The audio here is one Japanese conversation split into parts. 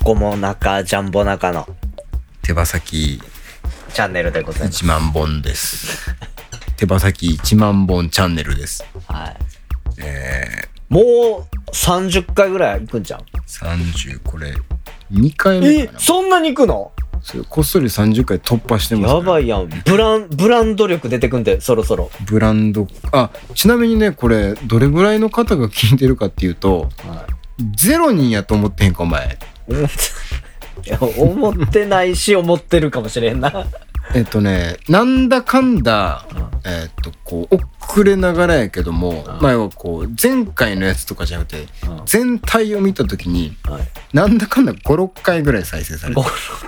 ここも中ジャンボ中の手羽先チャンネルでございます 1万本です手羽先1万本チャンネルです。 はい。もう30回ぐらい行くんじゃん。 30これ2回目かな。 そんなに行くの？ それこっそり30回突破してますから。 やばいやん。ブランド力出てくんで、そろそろ。 ブランド、ちなみにね、これどれぐらいの方が聞いてるかっていうと、0人やと思ってへんかお前。 いや思ってないし思ってるかもしれんな。 なんだかんだ、こう遅れながらやけども、前はこう前回のやつとかじゃなくて、全体を見たときに、なんだかんだ5、6回ぐらい再生されてる。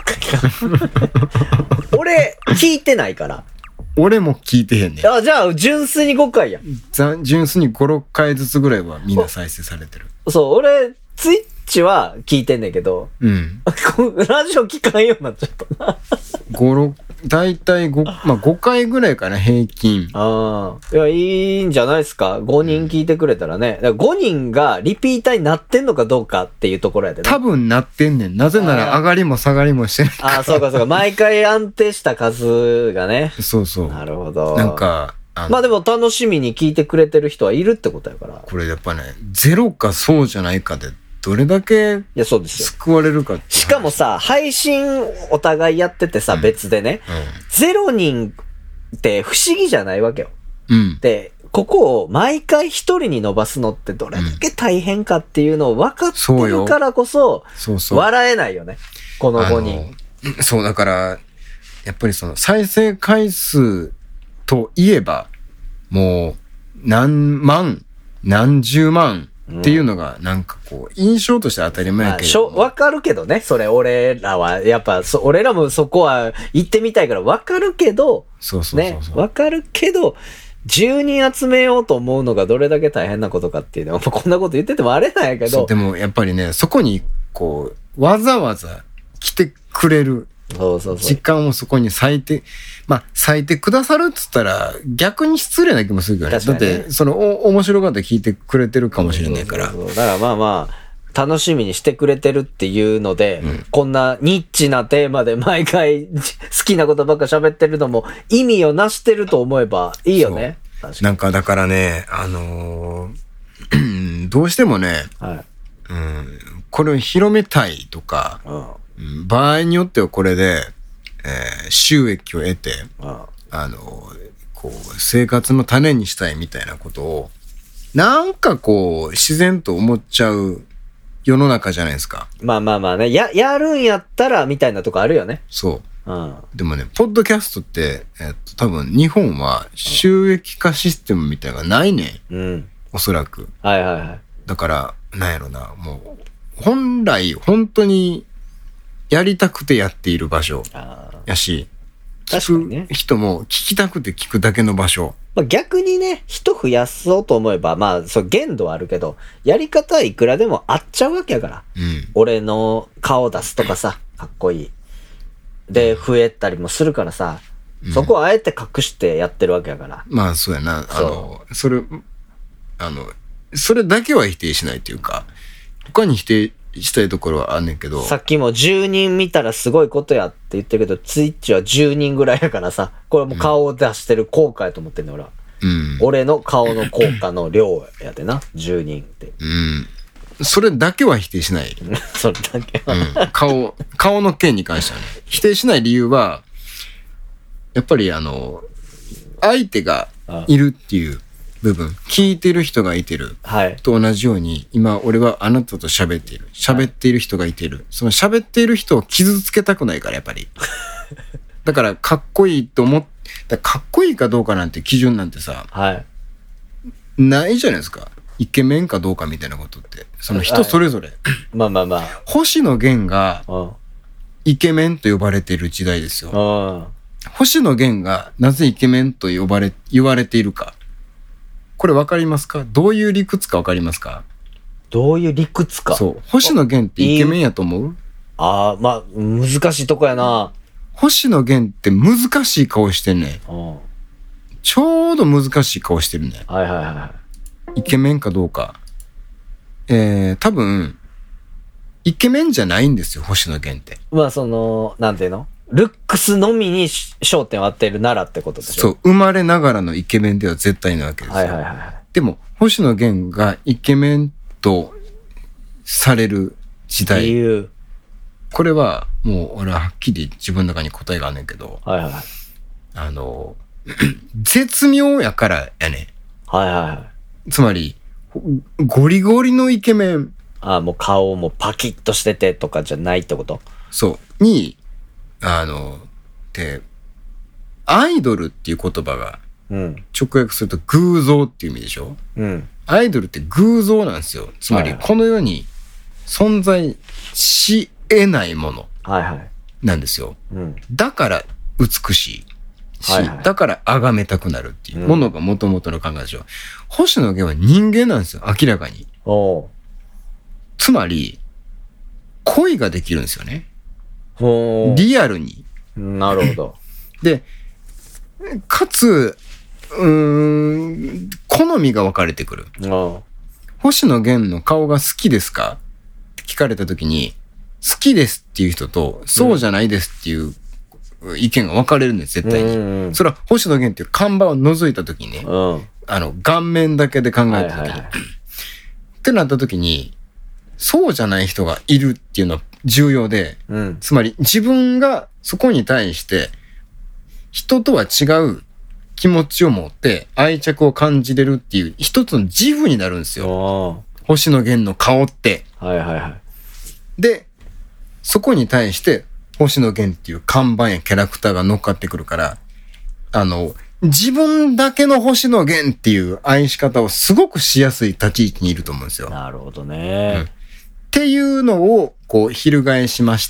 5、6回俺聞いてないから。 俺も聞いてへんねん。 じゃあ純粋に5回やん。 純粋に5、6回ずつぐらいはみんな再生されてる。 そう、俺ツイッチは聞いてんねんけど、ラジオ聞かんようになっちゃったな。だいたい5回ぐらいかな、平均。 いや、いいんじゃないですか。5人聞いてくれたらね。だから5人がリピーターになってんのかどうかっていうところやでね。 多分なってんねん。なぜなら上がりも下がりもしてないから。 そうかそうか。毎回安定した数がね。 そうそう。 なるほど。 なんか、 でも楽しみに聞いてくれてる人はいるってことやから。 これやっぱね、ゼロかそうじゃないかで、どれだけ救われるかって。 しかもさ、配信お互いやっててさ、別でね、0人って不思議じゃないわけよ。で、ここを毎回一人に伸ばすのってどれだけ大変かっていうのを分かってるからこそ、笑えないよね。この5人。 そう、だから、やっぱりその再生回数といえば、もう何万、何十万、っていうのがなんかこう印象として当たり前やけど、 わかるけどね。それ俺らはやっぱ俺らもそこは行ってみたいからわかるけど、ね、わかるけど10人集めようと思うのがどれだけ大変なことかっていうのはこんなこと言っててもあれなんやけど、 でもやっぱりね、そこにこうわざわざ来てくれる時間をそこに割いてくださるっつったら逆に失礼な気もするけどね。だってその面白がって聞いてくれてるかもしれないから。だから楽しみにしてくれてるっていうので、こんなニッチなテーマで毎回好きなことばっか喋ってるのも意味をなしてると思えばいいよね。 なんかだからね、どうしてもね、これを広めたいとか、場合によってはこれで、収益を得て、こう生活の種にしたいみたいなことをなんかこう自然と思っちゃう世の中じゃないですか。 ね、やるんやったらみたいなとこあるよね。 そう。でもね、ポッドキャストって、多分日本は収益化システムみたいなのがないね。おそらく。だからなんやろな、もう本来本当にやりたくてやっている場所やし、聞く人も聞きたくて聞くだけの場所。 逆にね、人増やそうと思えば、限度はあるけど、やり方はいくらでもあっちゃうわけやから。俺の顔出すとかさ、かっこいい。で、増えたりもするからさ、そこをあえて隠してやってるわけやから。 そうやな。それだけは否定しないというか、他に否定したいところはあんねんけど、 さっきも10人見たらすごいことやって言ってるけど、ツイッチは10人ぐらいやからさ、これも顔を出してる効果やと思ってんねん俺は。俺の顔の効果の量やでな、10人って。 それだけは否定しない。 それだけは。 顔の件に関してはね、否定しない理由は、やっぱり相手がいるっていう部分、聞いてる人がいてると同じように、今俺はあなたと喋っている、喋っている人がいてる、その喋っている人を傷つけたくないから、やっぱりだからかっこいいと思って、かっこいいかどうかなんて基準なんてさ、ないじゃないですか。イケメンかどうかみたいなことって、その人それぞれ。星野源がイケメンと呼ばれている時代ですよ。星野源がなぜイケメンと言われているか、これ分かりますか？どういう理屈か分かりますか？ どういう理屈か。 そう。星野源ってイケメンやと思う？ 難しいとこやな。 星野源って難しい顔してんね。ちょうど難しい顔してるね。イケメンかどうか。多分、 イケメンじゃないんですよ、星野源って。 まあなんていうの？ルックスのみに焦点を当てるならってことでしょ。 そう、生まれながらのイケメンでは絶対なわけですよ。 はいはいはい。 でも、星野源がイケメンとされる時代。これは、もう俺ははっきり自分の中に答えがあんねんけど、 はいはい。 絶妙やからやね。 はいはいはい。 つまり、ゴリゴリのイケメン。 もう顔もパキッとしててとかじゃないってこと？ そう。に、で、アイドルっていう言葉が、直訳すると偶像っていう意味でしょ？うん。アイドルって偶像なんですよ。つまり、この世に存在し得ないもの。なんですよ。うん。だから美しい。だから崇めたくなるっていうものが元々の考えでしょ。星野源は人間なんですよ、明らかに。つまり、恋ができるんですよね。リアルに。 なるほど。 で、かつ、好みが分かれてくる。星野源の顔が好きですかって聞かれたときに、好きですっていう人と、そうじゃないですっていう意見が分かれるんです、絶対に。それは星野源っていう看板を覗いたときにね、顔面だけで考えたときに。ってなったときに、そうじゃない人がいるっていうのは重要で、つまり自分がそこに対して、人とは違う気持ちを持って愛着を感じれるっていう一つの自負になるんですよ。星野源の顔って。で、そこに対して星野源っていう看板やキャラクターが乗っかってくるから、自分だけの星野源っていう愛し方をすごくしやすい立ち位置にいると思うんですよ。 なるほどね。 っていうのをこう翻しまして、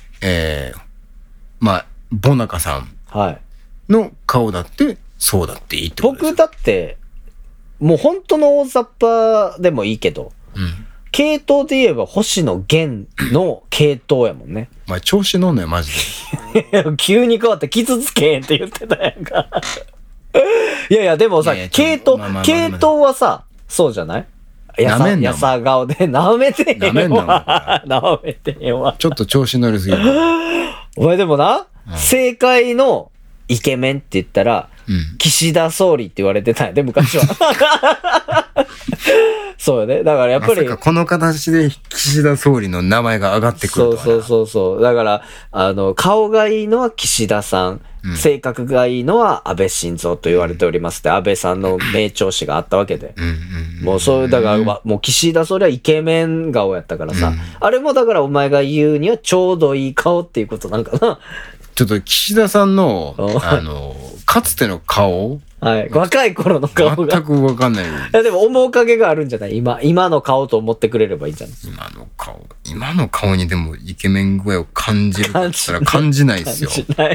ボナカさんの顔だってそうだっていいってことですよ。 僕だってもう本当の大雑把でもいいけど、系統で言えば星野源の系統やもんね。 お前調子乗んのよマジで。急に変わって傷つけんって言ってたやんか。いやいやでもさ、系統はさ、そうじゃない？やさ顔で舐めてへんわ。舐めてへんわ。 ちょっと調子乗りすぎる。 お前でもな、正解のイケメンって言ったら、岸田総理って言われてたんやで、昔は。そうよね。だからやっぱり。 まさかこの形で岸田総理の名前が上がってくるとは。 そう。だから、顔がいいのは岸田さん。性格がいいのは安倍晋三と言われておりますって、安倍さんの名調子があったわけで。もうそういう、だから、もう岸田総理はイケメン顔やったからさ。あれもだからお前が言うにはちょうどいい顔っていうことなんかな。 ちょっと岸田さんの、かつての顔若い頃の顔が。 全くわかんない。いやでも面影があるんじゃない？今の顔と思ってくれればいいんじゃない？ 今の顔にでもイケメン具合を感じるって言ったら感じないですよ。感じない。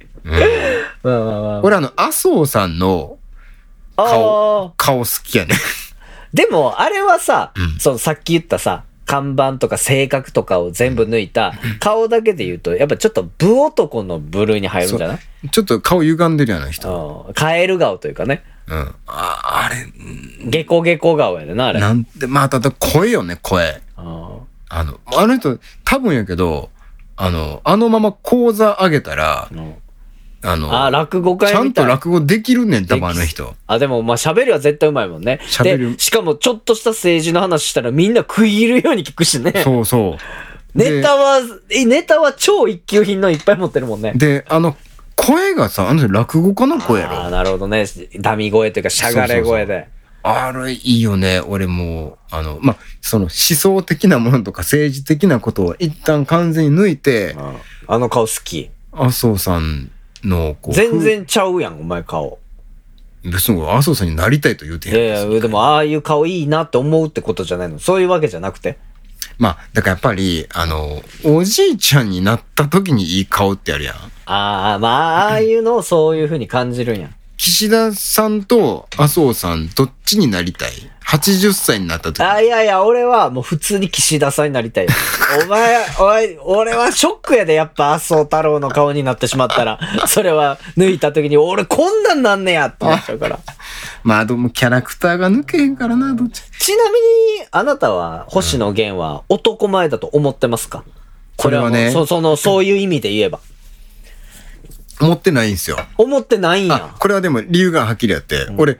俺麻生さんの顔好きやね。 でもあれはさ、さっき言ったさ、看板とか性格とかを全部抜いた顔だけで言うと、やっぱちょっと武男の部類に入るんじゃない？ ちょっと顔歪んでるような人。 カエル顔というかね。 あれ。 ゲコゲコ顔やでな、あれ。 なんで、ただ声よね、声。あの人、多分やけど、あのまま講座上げたら、 落語家ちゃんと落語できるねん、多分あの人。 でも、喋りは絶対うまいもんね。で、しかもちょっとした政治の話したらみんな食い入るように聞くしね。 そう。 ネタは超一級品のいっぱい持ってるもんね。 で、声がさ、落語家の声やろ。 なるほどね。ダミ声というか、しゃがれ声で。 あれいいよね。俺もその思想的なものとか政治的なことを一旦完全に抜いて、 あの顔好き。 麻生さんの全然ちゃうやん、お前顔。 別に麻生さんになりたいと言うてへん。 いや、でもああいう顔いいなって思うってことじゃないの。そういうわけじゃなくて。 だからやっぱり、おじいちゃんになった時にいい顔ってあるやん。 ああいうのをそういう風に感じるんや。 岸田さんと麻生さん、どっちになりたい？ 80 歳になった時。 いや、俺はもう普通に岸田さんになりたい。俺はショックやで、やっぱ麻生太郎の顔になってしまったら。それは抜いた時に、俺こんなんなんねやってなっちゃうから。 でもキャラクターが抜けへんからな、どっち。 ちなみに、あなたは、星野源は男前だと思ってますか？ これはね、 そういう意味で言えば。 思ってないんですよ。 思ってないんや。 これはでも理由がはっきりあって、俺、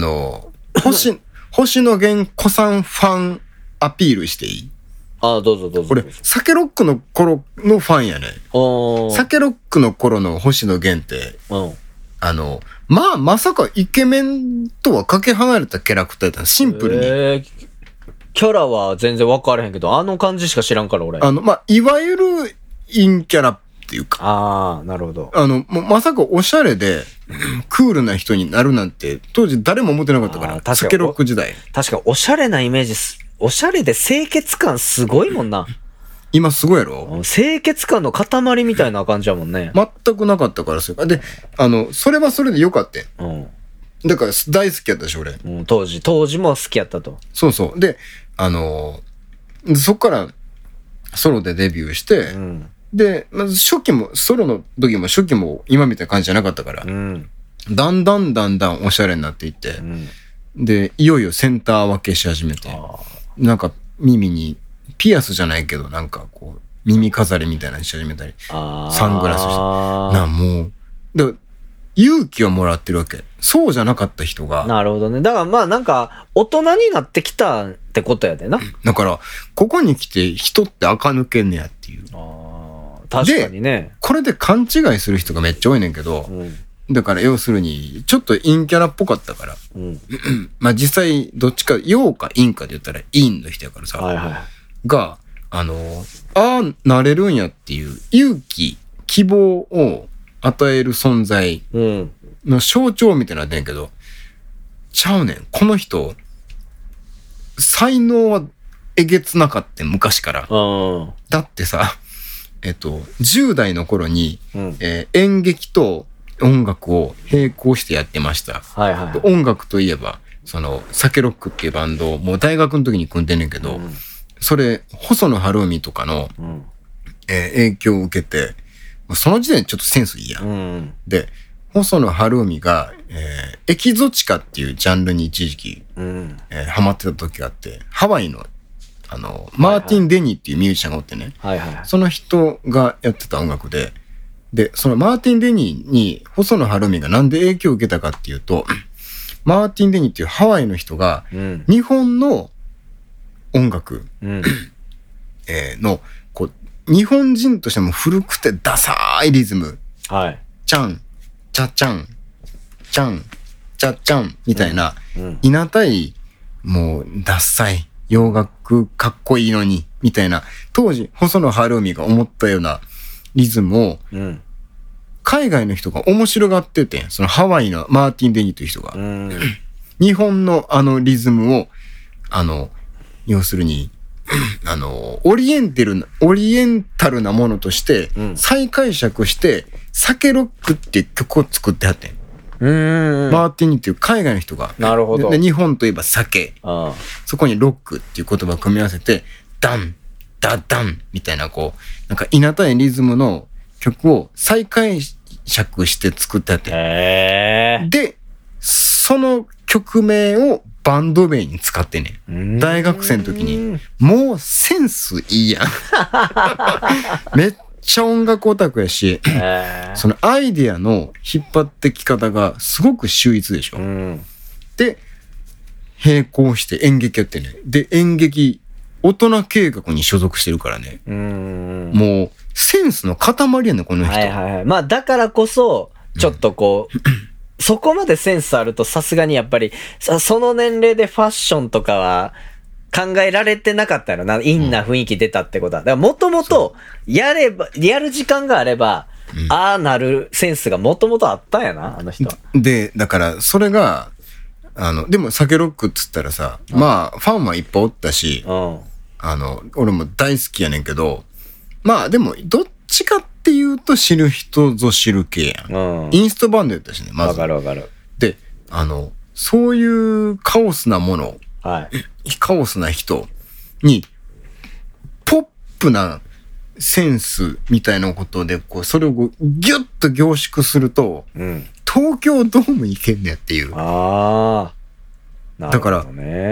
星野源子さんファンアピールしていい？ どうぞ。 俺、サケロックの頃のファンやね。サケロックの頃の星野源って、まさかイケメンとはかけ離れたキャラクターだった。シンプルに。 キャラは全然分からへんけど、あの感じしか知らんから俺。 いわゆる陰キャラっていうか。なるほど。 もうまさかおしゃれで、クールな人になるなんて、当時誰も思ってなかったから。サケロック時代。 確かおしゃれなイメージおしゃれで清潔感すごいもんな。 今すごいやろ？ 清潔感の塊みたいな感じやもんね。 全くなかったからで、それはそれでよかった。だから大好きやったし、俺。 当時も好きやったと。 そう。で、そっからソロでデビューして、で、まずソロの時も初期も今みたいな感じじゃなかったから、だんだんおしゃれになっていって、で、いよいよセンター分けし始めて、なんか耳にピアスじゃないけど、なんかこう、耳飾りみたいなのし始めたり、サングラスして、もう、で、勇気をもらってるわけ。そうじゃなかった人が。 なるほどね。だからまあなんか、大人になってきたってことやでな。 だから、ここに来て人って垢抜けんねやっていう。 確かにね。 これで勘違いする人がめっちゃ多いねんけど、だから要するに、ちょっと陰キャラっぽかったから。まあ実際、どっちか、陽か陰かで言ったら陰の人やからさ。が、なれるんやっていう勇気、希望を与える存在の象徴みたいなのやってんけど、ちゃうねん。この人、才能はえげつなかった昔から。だってさ、10代の頃に、演劇と音楽を並行してやってました。音楽といえば、サケロックっていうバンドをもう大学の時に組んでんねんけど、それ、細野晴臣とかの、影響を受けて、その時点でちょっとセンスいいやん。で、細野晴臣が、エキゾチカっていうジャンルに一時期、ハマってた時があって、ハワイの、マーティン・デニーっていうミュージシャンがおってね、その人がやってた音楽で、で、そのマーティン・デニーに細野晴臣がなんで影響を受けたかっていうと、マーティン・デニーっていうハワイの人が、日本の音楽、の、こう、日本人としても古くてダサいリズム、チャン、チャチャン、チャン、チャチャンみたいな、いなたい、もう、ダッサい、洋楽かっこいいのに、みたいな、当時、細野晴臣が思ったようなリズムを、海外の人が面白がってて、そのハワイのマーティン・デニーという人が、日本のリズムを、要するに、オリエンタルなものとして、再解釈して、サケロックっていう曲を作ってはってん。マーティニっていう海外の人が。 なるほど。 で日本といえば酒。そこにロックっていう言葉を組み合わせて、ダン、ダダンみたいなこう、なんかいなたいリズムの曲を再解釈して作ってはってん。で、その曲名をバンド名に使ってね。大学生の時に。もうセンスいいやん。めっちゃ音楽オタクやし、そのアイディアの引っ張ってき方がすごく秀逸でしょ。で、並行して演劇やってね。で、演劇、大人計画に所属してるからね。もう、センスの塊やね、この人。 まあ、だからこそ、ちょっとこう、そこまでセンスあるとさすがにやっぱり、その年齢でファッションとかは考えられてなかったよな。陰な雰囲気出たってことは。だからもともと、やる時間があれば、ああなるセンスがもともとあったんやな、あの人。 で、だからそれが、でもサケロックっつったらさ、まあ、ファンはいっぱいおったし、俺も大好きやねんけど、まあでも、どっちかっていうと知る人ぞ知る系やん。インストバンドやったしね、まず。 わかるわかる。 で、そういうカオスなもの、カオスな人に、ポップなセンスみたいなことで、こう、それをギュッと凝縮すると、東京ドーム行けんねやっていう。 なるほどね。 だから、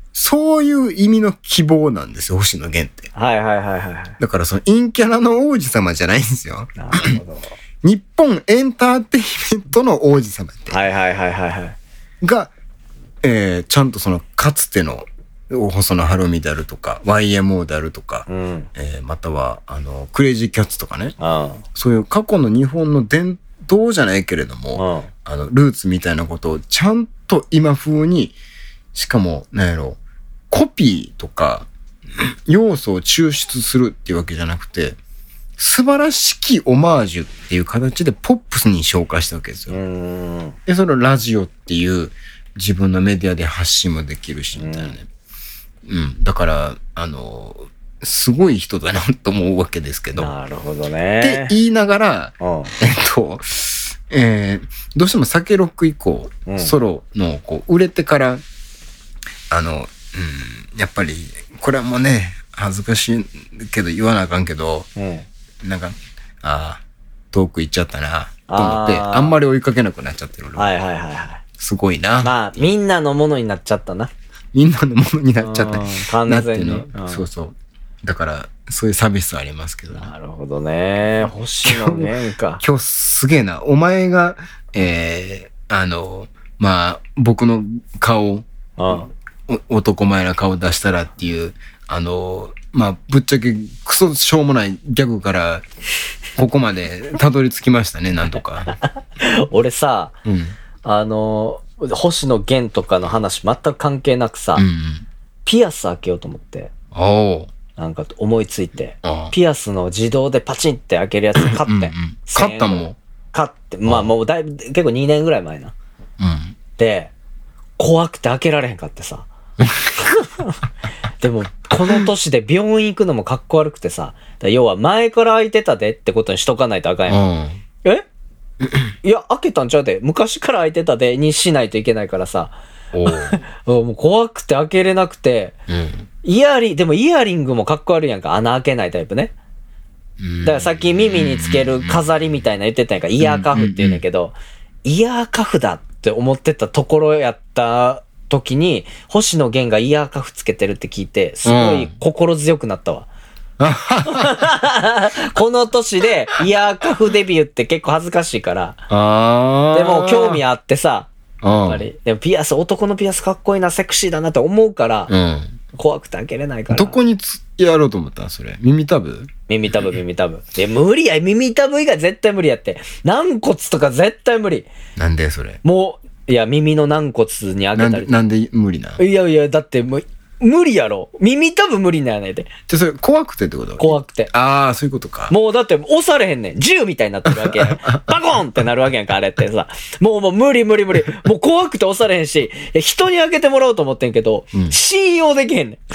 そういう意味の希望なんですよ、星野源って。 はいはいはいはい。 だからその陰キャラの王子様じゃないんですよ。 なるほど。 日本エンターテイメントの王子様って。 はいはいはいはいはい。 が、ちゃんとそのかつての細野晴臣であるとか YMO であるとか、またはクレイジーキャッツとかね、そういう過去の日本の伝統じゃないけれども、ルーツみたいなことをちゃんと今風に、しかもなんやろ、コピーとか要素を抽出するっていうわけじゃなくて、素晴らしきオマージュっていう形でポップスに昇華したわけですよ。で、そのラジオっていう自分のメディアで発信もできるしみたいなね。だからすごい人だなと思うわけですけど。 なるほどね。 って言いながら、どうしても酒ロック以降、ソロの売れてからやっぱりこれはもうね恥ずかしいけど言わなあかんけど、なんか遠く行っちゃったなと思ってあんまり追いかけなくなっちゃってる。 はいはいはいはい。 すごいな。 まあみんなのものになっちゃったな。 みんなのものになっちゃった完全に。 そうそう。だからそういう寂しさありますけど、ね。 なるほどね。星野源か。 今日すげえな。お前がまあ僕の顔、男前な顔出したらっていうまあぶっちゃけクソしょうもないギャグからここまでたどり着きましたね、なんとか。 俺さ、星野源とかの話全く関係なくさ、ピアス開けようと思って。なんか思いついて、ピアスの自動でパチンって開けるやつ買って。 買ったもん。 買って、まあもうだいぶ、結構2年ぐらい前な。で、怖くて開けられへんかってさ。でも、この年で病院行くのもかっこ悪くてさ、要は前から開いてたでってことにしとかないとあかんやん。いや、開けたんちゃうで。昔から開いてたでにしないといけないからさ。もう怖くて開けれなくて、でもイヤリングもかっこ悪いやんか。穴開けないタイプね。だからさっき耳につける飾りみたいな言ってたやんか。イヤーカフって言うんだけど、イヤーカフだって思ってたところやった時に、星野源がイヤーカフつけてるって聞いて、すごい心強くなったわ。この年でイヤーカフデビューって結構恥ずかしいから。でも興味あってさ、やっぱり。でも男のピアスかっこいいな、セクシーだなって思うから、怖くて開けれないから。 どこにやろうと思ったんそれ。耳たぶ。 耳たぶ。無理や、耳たぶ以外絶対無理やって。軟骨とか絶対無理。 なんでそれ。 もう、いや、耳の軟骨に開けたり。 なんで無理な。 いや、だってもう、無理やろ。耳たぶ無理なんやねんで。 じゃそれ怖くてってこと？ 怖くて。 ああ、そういうことか。 もうだって押されへんねん。銃みたいになってるわけ。バコンってなるわけやんか、あれってさ。もう無理。もう怖くて押されへんし、人に開けてもらおうと思ってんけど、信用できへんねん。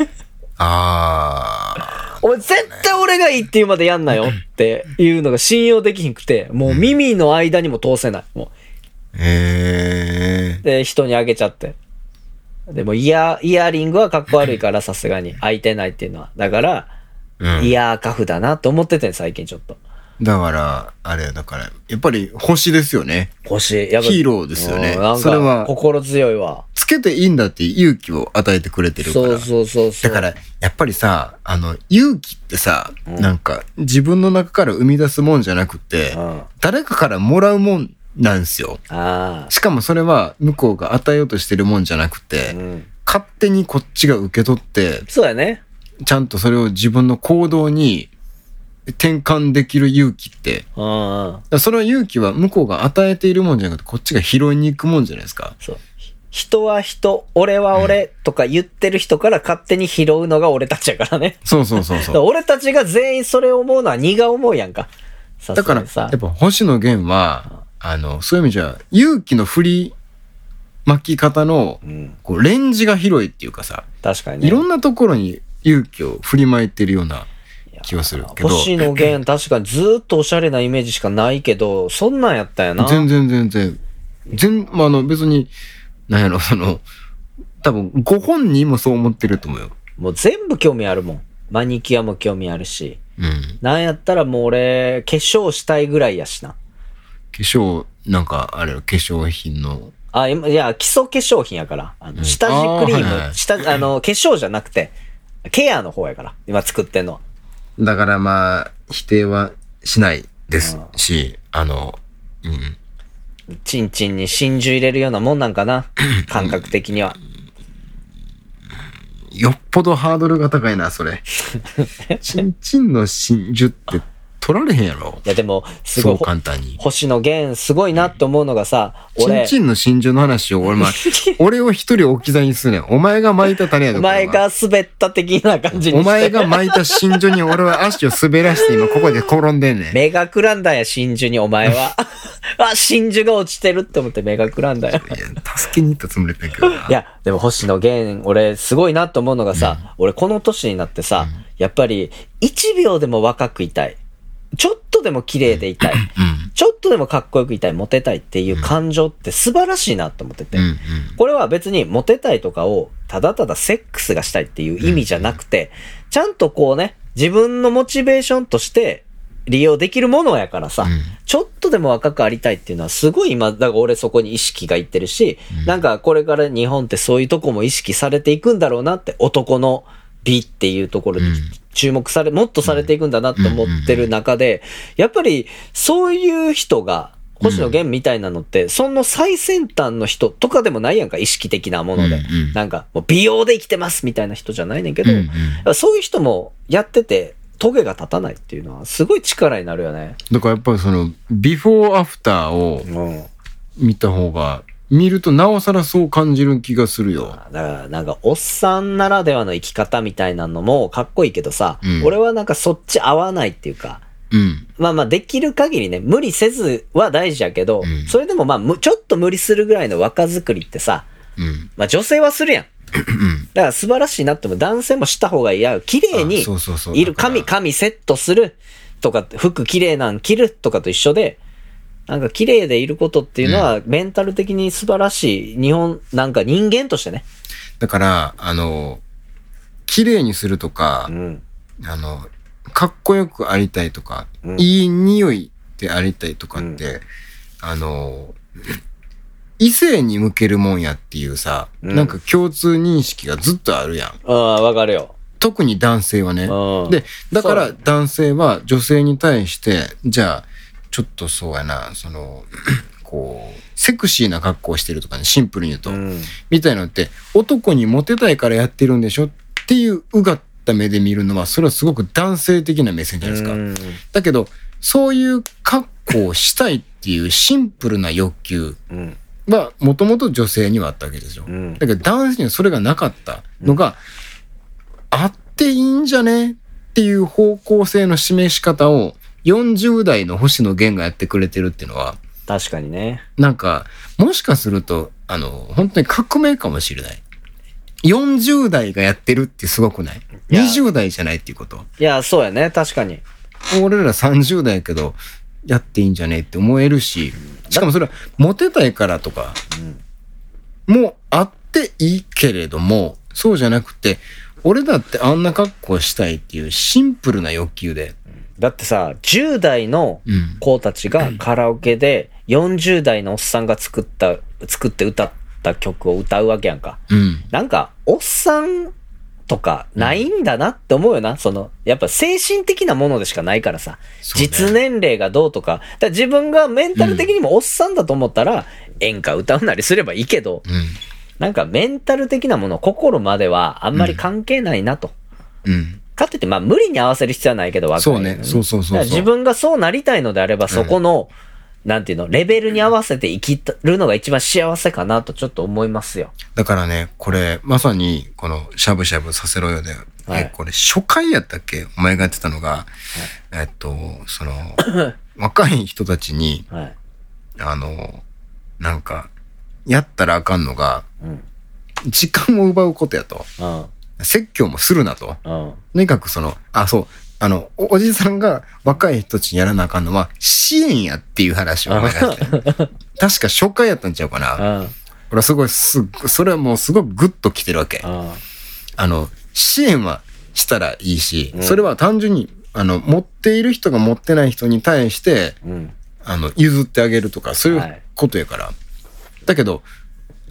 お前絶対俺がいいって言うまでやんなよっていうのが信用できひんくて、もう耳の間にも通せない。もう。で、人にあげちゃって。でもイヤリングはかっこ悪いからさすがに開いてないっていうのは。だから、イヤーカフだなと思ってて最近ちょっと。 だから、やっぱり星ですよね。 星。 やっぱヒーローですよね。 それは。心強いわ。 つけていいんだって勇気を与えてくれてるから。 そう。 だから、やっぱりさ、勇気ってさ、なんか自分の中から生み出すもんじゃなくて、誰かからもらうもんなんですよ。しかもそれは向こうが与えようとしてるもんじゃなくて、勝手にこっちが受け取って、 そうやね。 ちゃんとそれを自分の行動に転換できる勇気って、その勇気は向こうが与えているもんじゃなくて、こっちが拾いに行くもんじゃないですか。 そう。人は人、俺は俺とか言ってる人から勝手に拾うのが俺たちやからね。 そう。 俺たちが全員それを思うのは荷が重いやんか。 だから、やっぱ星野源は、そういう意味じゃ、勇気の振り巻き方の、こうレンジが広いっていうかさ、 確かにね。 いろんなところに勇気を振りまいてるような気がするけど。 星野源、確かにずっとおしゃれなイメージしかないけど、そんなんやったんやな。 全然。別に、なんやろ、多分、ご本人もそう思ってると思うよ。 もう全部興味あるもん。マニキュアも興味あるし。なんやったらもう俺、化粧したいぐらいやしな。 化粧、なんか、化粧品の、 いや、基礎化粧品やから。下地クリーム、はいはい、化粧じゃなくて、ケアの方やから。今作ってんのは。 だからまあ、否定はしないですし、 チンチンに真珠入れるようなもんなんかな。感覚的には。 よっぽどハードルが高いな、それ。チンチンの真珠って取られへんやろ。 いやでも、すごい。 そう簡単に。 星野源すごいなって思うのがさ、 チンチンの真珠の話を俺を一人置き去りにするねん。お前が巻いた種やで。 お前が滑った的な感じにして。 お前が巻いた真珠に俺は足を滑らして今ここで転んでんねん。 目がくらんだんや、真珠にお前は。真珠が落ちてるって思って目がくらんだよ。 いや、助けに行ったつもりだけどな。 いや、でも星野源、俺すごいなと思うのがさ、俺この年になってさ、やっぱり1秒でも若くいたい。ちょっとでも綺麗でいたい。ちょっとでもかっこよくいたい、モテたいっていう感情って素晴らしいなと思ってて。これは別にモテたいとかをただただセックスがしたいっていう意味じゃなくて、ちゃんとこうね、自分のモチベーションとして利用できるものやからさ、ちょっとでも若くありたいっていうのはすごい今、だから俺そこに意識がいってるし、なんかこれから日本ってそういうとこも意識されていくんだろうなって、男の美っていうところに注目され、もっとされていくんだなと思ってる中で、やっぱりそういう人が、星野源みたいなのって、その最先端の人とかでもないやんか、意識的なもので。なんか、もう美容で生きてますみたいな人じゃないねんけど、そういう人もやってて、トゲが立たないっていうのは、すごい力になるよね。 だからやっぱりその、ビフォーアフターを見た方が、見るとなおさらそう感じる気がするよ。 だからなんかおっさんならではの生き方みたいなのもかっこいいけどさ、俺はなんかそっち合わないっていうか、まあまあできる限りね、無理せずは大事やけど、それでもまあちょっと無理するぐらいの若作りってさ、まあ女性はするやん。だから素晴らしいなっても男性もした方がいいや。綺麗にいる髪セットするとか、服綺麗なん着るとかと一緒で、なんか綺麗でいることっていうのはメンタル的に素晴らしいなんか人間としてね。 だから綺麗にするとか、かっこよくありたいとか、いい匂いでありたいとかって、異性に向けるもんやっていうさ、なんか共通認識がずっとあるやん。 わかるよ。 特に男性はね。で、だから男性は女性に対して、じゃあ、ちょっとそうやな、こう、セクシーな格好をしてるとかね、シンプルに言うと。みたいなのって、男にモテたいからやってるんでしょっていううがった目で見るのは、それはすごく男性的な目線じゃないですか。だけど、そういう格好をしたいっていうシンプルな欲求は、もともと女性にはあったわけですよ。だけど男性にはそれがなかったのが、あっていいんじゃねっていう方向性の示し方を、40代の星野源がやってくれてるっていうのは確かにね。 なんかもしかすると本当に革命かもしれない。40代がやってるってすごくない？ 20 代じゃないっていうこと。 いやそうやね、確かに。 俺ら30代やけどやっていいんじゃねって思えるし、しかもそれはモテたいからとかもあっていいけれども、そうじゃなくて俺だってあんな格好したいっていうシンプルな欲求で。 だってさ、10代の子たちがカラオケで40代のおっさんが作って歌った曲を歌うわけやんか。なんか、おっさんとかないんだなって思うよな。やっぱ精神的なものでしかないからさ。実年齢がどうとか。自分がメンタル的にもおっさんだと思ったら演歌歌うなりすればいいけど、なんかメンタル的なもの、心まではあんまり関係ないなと。かって言って、まあ無理に合わせる必要はないけど、 そうね。そう。 自分がそうなりたいのであれば、そこの、なんていうの、レベルに合わせて生きるのが一番幸せかなとちょっと思いますよ。 だからね、これ、まさに、この、しゃぶしゃぶさせろよで、これ、初回やったっけ？お前がやってたのが、若い人たちに、なんか、やったらあかんのが、時間を奪うことやと。説教もするなと。とにかくおじさんが若い人たちにやらなあかんのは支援やっていう話を思い出して。確か初回やったんちゃうかな。俺はそれはもうすごくグッと来てるわけ。支援はしたらいいし、それは単純に、持っている人が持ってない人に対して、譲ってあげるとか、そういうことやから。だけど、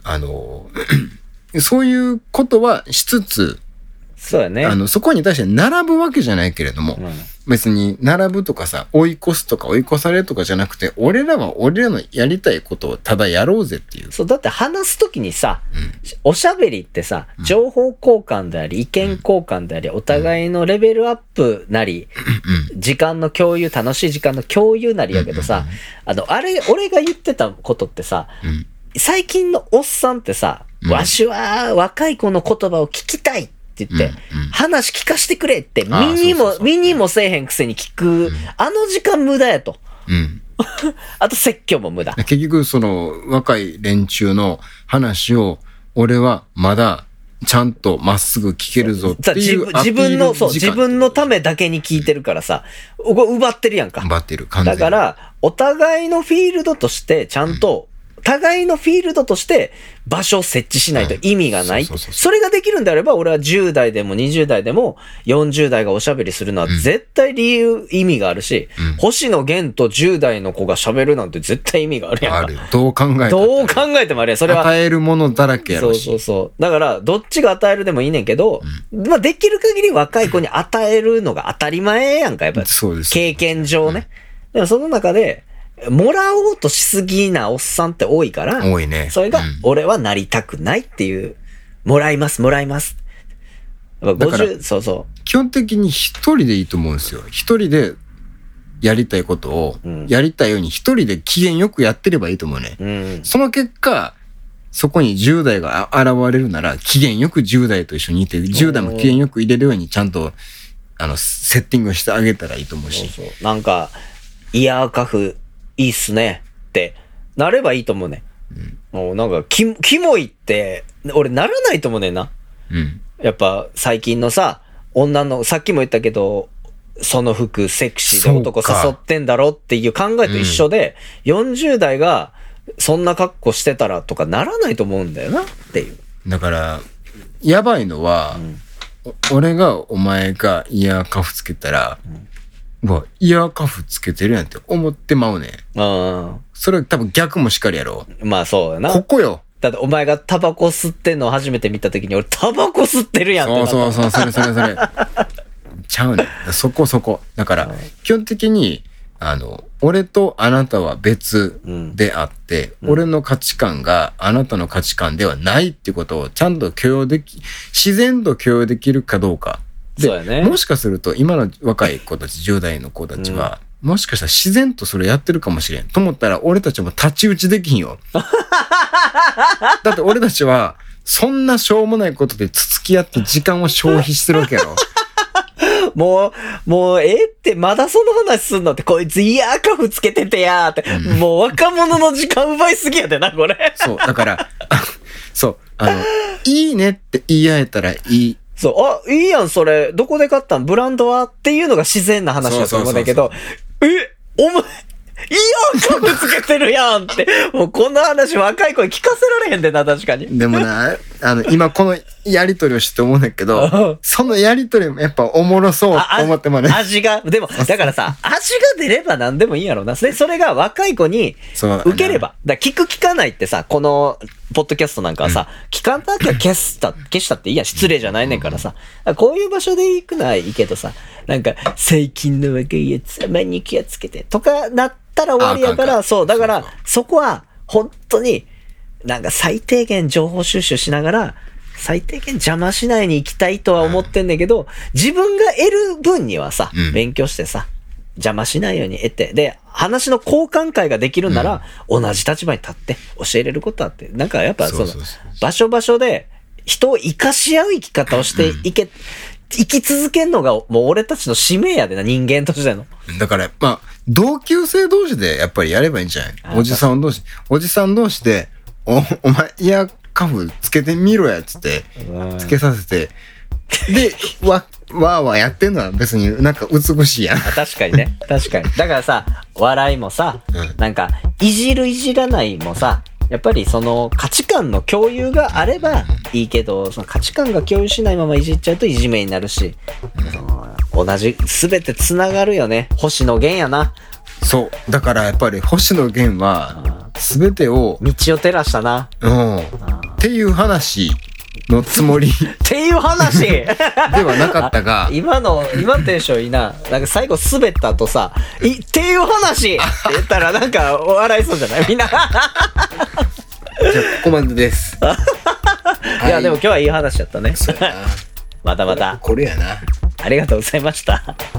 そういうことはしつつ、 そうやね。 そこに対して並ぶわけじゃないけれども、別に並ぶとかさ、追い越すとか追い越されるとかじゃなくて、俺らは俺らのやりたいことをただやろうぜっていう。 そう、だって話すときにさ、おしゃべりってさ、情報交換であり、意見交換であり、お互いのレベルアップなり、時間の共有、楽しい時間の共有なりやけどさ、俺が言ってたことってさ、最近のおっさんってさ、わしは若い子の言葉を聞きたいって言って、話聞かしてくれって、見にもせえへんくせに聞く、時間無駄やと。あと説教も無駄。 結局その若い連中の話を俺はまだちゃんとまっすぐ聞けるぞっていう自分のためだけに聞いてるからさ、奪ってるやんか。 奪ってる、完全に。 だからお互いのフィールドとしてちゃんと、互いのフィールドとして場所を設置しないと意味がない。それができるんであれば、俺は10代でも20代でも40代がおしゃべりするのは絶対意味があるし、星野源と10代の子が喋るなんて絶対意味があるやんか。 ある。どう考えてもあれや。それは。 与えるものだらけやろし。 そう。だから、どっちが与えるでもいいねんけど、まあできる限り若い子に与えるのが当たり前やんか、やっぱり。 そうです。 経験上ね。でもその中で、もらおうとしすぎなおっさんって多いから、 多いね。 それが、俺はなりたくないっていう、もらいます。 だから基本的に一人でいいと思うんですよ。一人でやりたいことを、やりたいように一人で機嫌よくやってればいいと思うね。その結果、そこに10代が現れるなら、機嫌よく10代と一緒にいて、10代も機嫌よく入れるようにちゃんと、セッティングしてあげたらいいと思うし。 なんか、イヤーカフ、いいっすねってなればいいと思うね。もうなんかキモいって俺ならないと思うねんな。やっぱ最近のさ、女のさっきも言ったけど、その服セクシーで男誘ってんだろっていう考えと一緒で、40代がそんな格好してたらとかならないと思うんだよなっていう。 だからやばいのは、俺がお前がイヤーカフつけたら、イヤーカフつけてるやんって思ってまうね。それ多分逆もしかりやろ。 まあそうやな。 ここよ。 だってお前がタバコ吸ってんのを初めて見たときに俺タバコ吸ってるやんってなった。 そう、それ。ちゃうね。そこ。だから、基本的に、俺とあなたは別であって、俺の価値観があなたの価値観ではないってことをちゃんと自然と許容できるかどうか。 そうやね。 もしかすると今の若い子たち10代の子たちは、もしかしたら自然とそれやってるかもしれんと思ったら俺たちも太刀打ちできひんよ。だって俺たちはそんなしょうもないことでつつき合って時間を消費してるわけやろ。 もうってまだその話すんのって、こいつイヤーカフつけててやーって、もう若者の時間奪いすぎやでなこれ。 そうだからいいねって言い合えたらいい。 そう、いいやん、それ、どこで買ったんブランドはっていうのが自然な話だと思うんだけど、お前、いいやん、カフつけてるやんって、もうこんな話若い子に聞かせられへんでな、確かに。 でもな、今このやりとりをして思うんだけど、そのやりとりもやっぱおもろそうと思ってもね。 味が、でも、だからさ、味が出れば何でもいいんやろな。それが若い子に受ければ。だから聞かないってさ、この、ポッドキャストなんかはさ、聞かなきゃ消したっていいやん。失礼じゃないねんからさ。こういう場所で行くのはいいけどさ、なんか、最近の若いやつはマニキュアつけて、とかなったら終わりやから、そう、だから、そこは、本当に、なんか最低限情報収集しながら、最低限邪魔しないに行きたいとは思ってんだけど、自分が得る分にはさ、勉強してさ、邪魔しないように得て、で、話の交換会ができるなら、同じ立場に立って教えれることあって、なんかやっぱ場所で人を生かし合う生き方をして生き続けるのがもう俺たちの使命やでな、人間としての。 だから、同級生同士でやっぱりやればいいんじゃない？おじさん同士で、お前イヤーカフつけてみろやっつって、つけさせて、で、わーやってんのは別になんか美しいやん。 確かにね。確かに。だからさ、笑いもさ、なんか、いじるいじらないもさ、やっぱりその価値観の共有があればいいけど、その価値観が共有しないままいじっちゃうといじめになるし、同じ、すべてつながるよね。星野源やな。 そう。だからやっぱり星野源は、すべてを。 道を照らしたな。 っていう話のつもりっていう話ではなかったが今テンションいいな。なんか最後滑った後さっていう話って言ったらなんか笑いそうじゃないみんなじゃあここまでですいやでも今日はいい話だったねまたこれやな。 ありがとうございました。